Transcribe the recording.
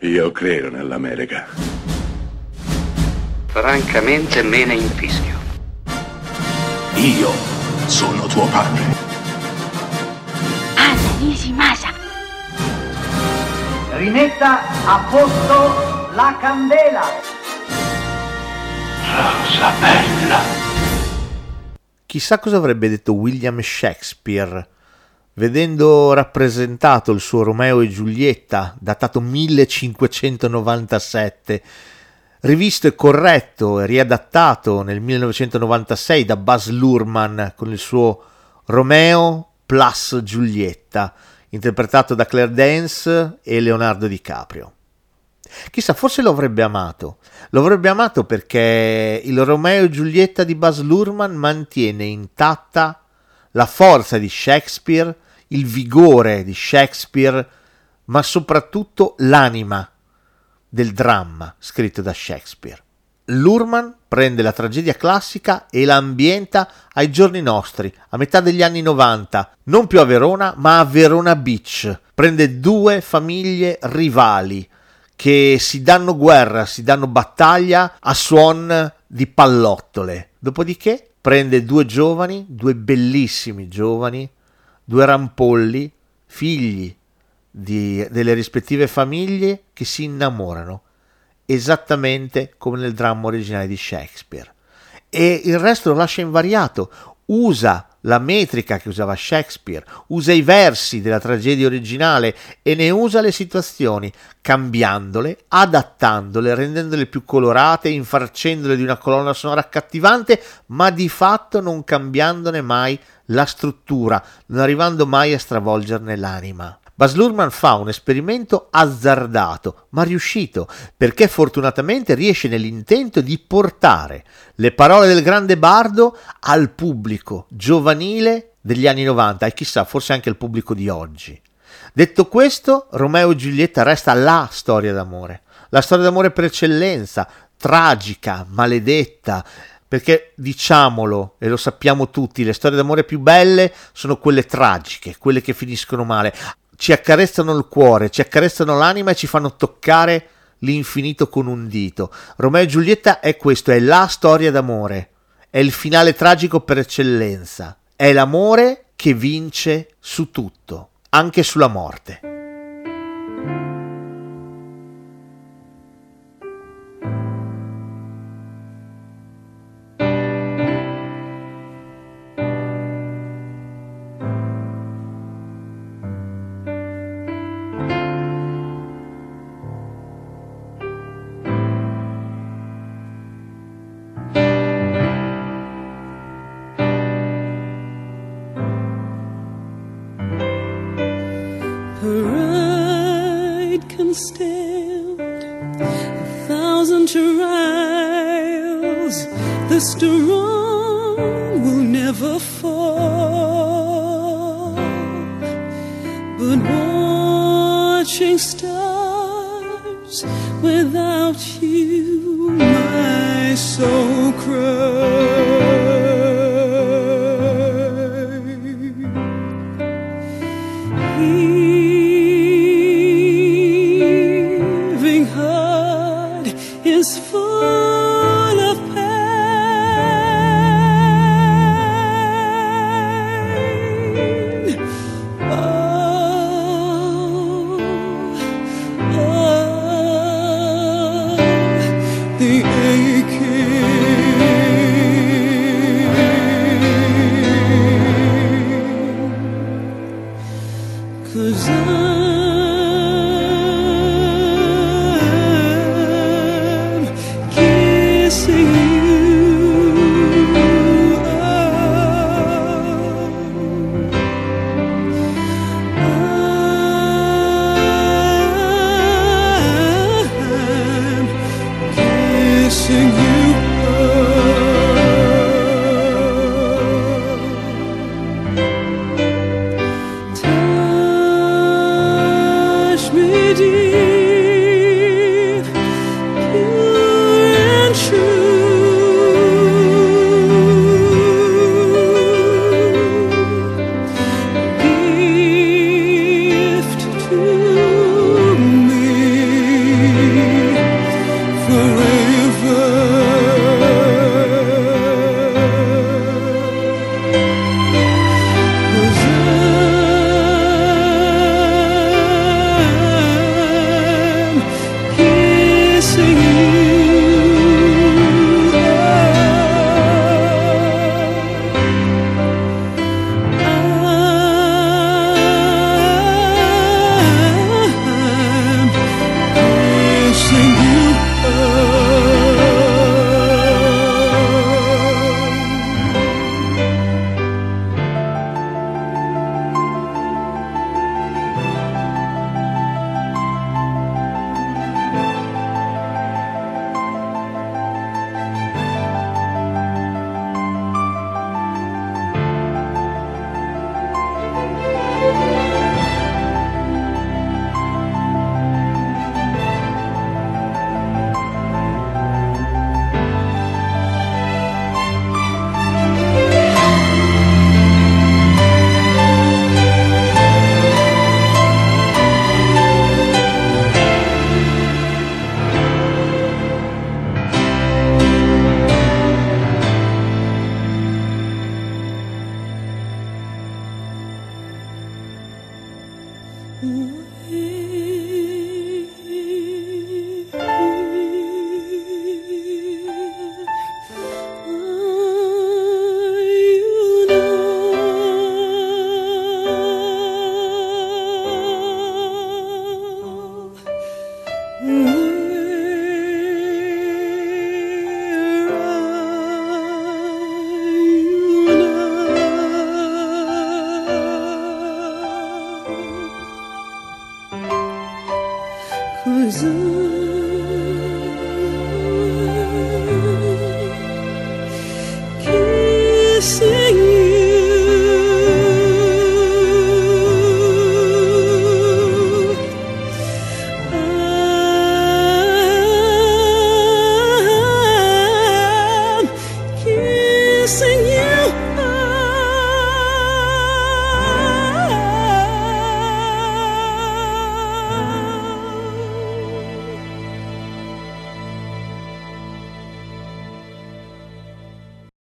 Io credo nell'America. Francamente me ne infischio. Io sono tuo padre. Anna Nishimasa. Rimetta a posto la candela. Rosa bella. Chissà cosa avrebbe detto William Shakespeare vedendo rappresentato il suo Romeo e Giulietta, datato 1597, rivisto e corretto e riadattato nel 1996 da Baz Luhrmann con il suo Romeo plus Giulietta, interpretato da Claire Danes e Leonardo DiCaprio. Chissà, forse lo avrebbe amato perché il Romeo e Giulietta di Baz Luhrmann mantiene intatta la forza di Shakespeare, il vigore di Shakespeare, ma soprattutto l'anima del dramma scritto da Shakespeare. Luhrmann prende la tragedia classica e la ambienta ai giorni nostri, a metà degli anni 90, non più a Verona, ma a Verona Beach. Prende due famiglie rivali che si danno guerra, si danno battaglia a suon di pallottole. Dopodiché prende due bellissimi giovani, due rampolli, figli delle rispettive famiglie che si innamorano, esattamente come nel dramma originale di Shakespeare. E il resto lo lascia invariato, usa la metrica che usava Shakespeare, usa i versi della tragedia originale e ne usa le situazioni, cambiandole, adattandole, rendendole più colorate, infarcendole di una colonna sonora accattivante, ma di fatto non cambiandone mai la struttura, non arrivando mai a stravolgerne l'anima. Baz Luhrmann fa un esperimento azzardato, ma riuscito, perché fortunatamente riesce nell'intento di portare le parole del grande bardo al pubblico giovanile degli anni 90 e chissà, forse anche al pubblico di oggi. Detto questo, Romeo e Giulietta resta la storia d'amore per eccellenza, tragica, maledetta, perché diciamolo, e lo sappiamo tutti, le storie d'amore più belle sono quelle tragiche, quelle che finiscono male. Ci accarezzano il cuore, ci accarezzano l'anima e ci fanno toccare l'infinito con un dito. Romeo e Giulietta è questo, è la storia d'amore, è il finale tragico per eccellenza, è l'amore che vince su tutto, anche sulla morte. Stand 1,000 trials, the strong will never fall, but watching stars without you my soul cries. Is full of pain. The aching 'Cause I kissing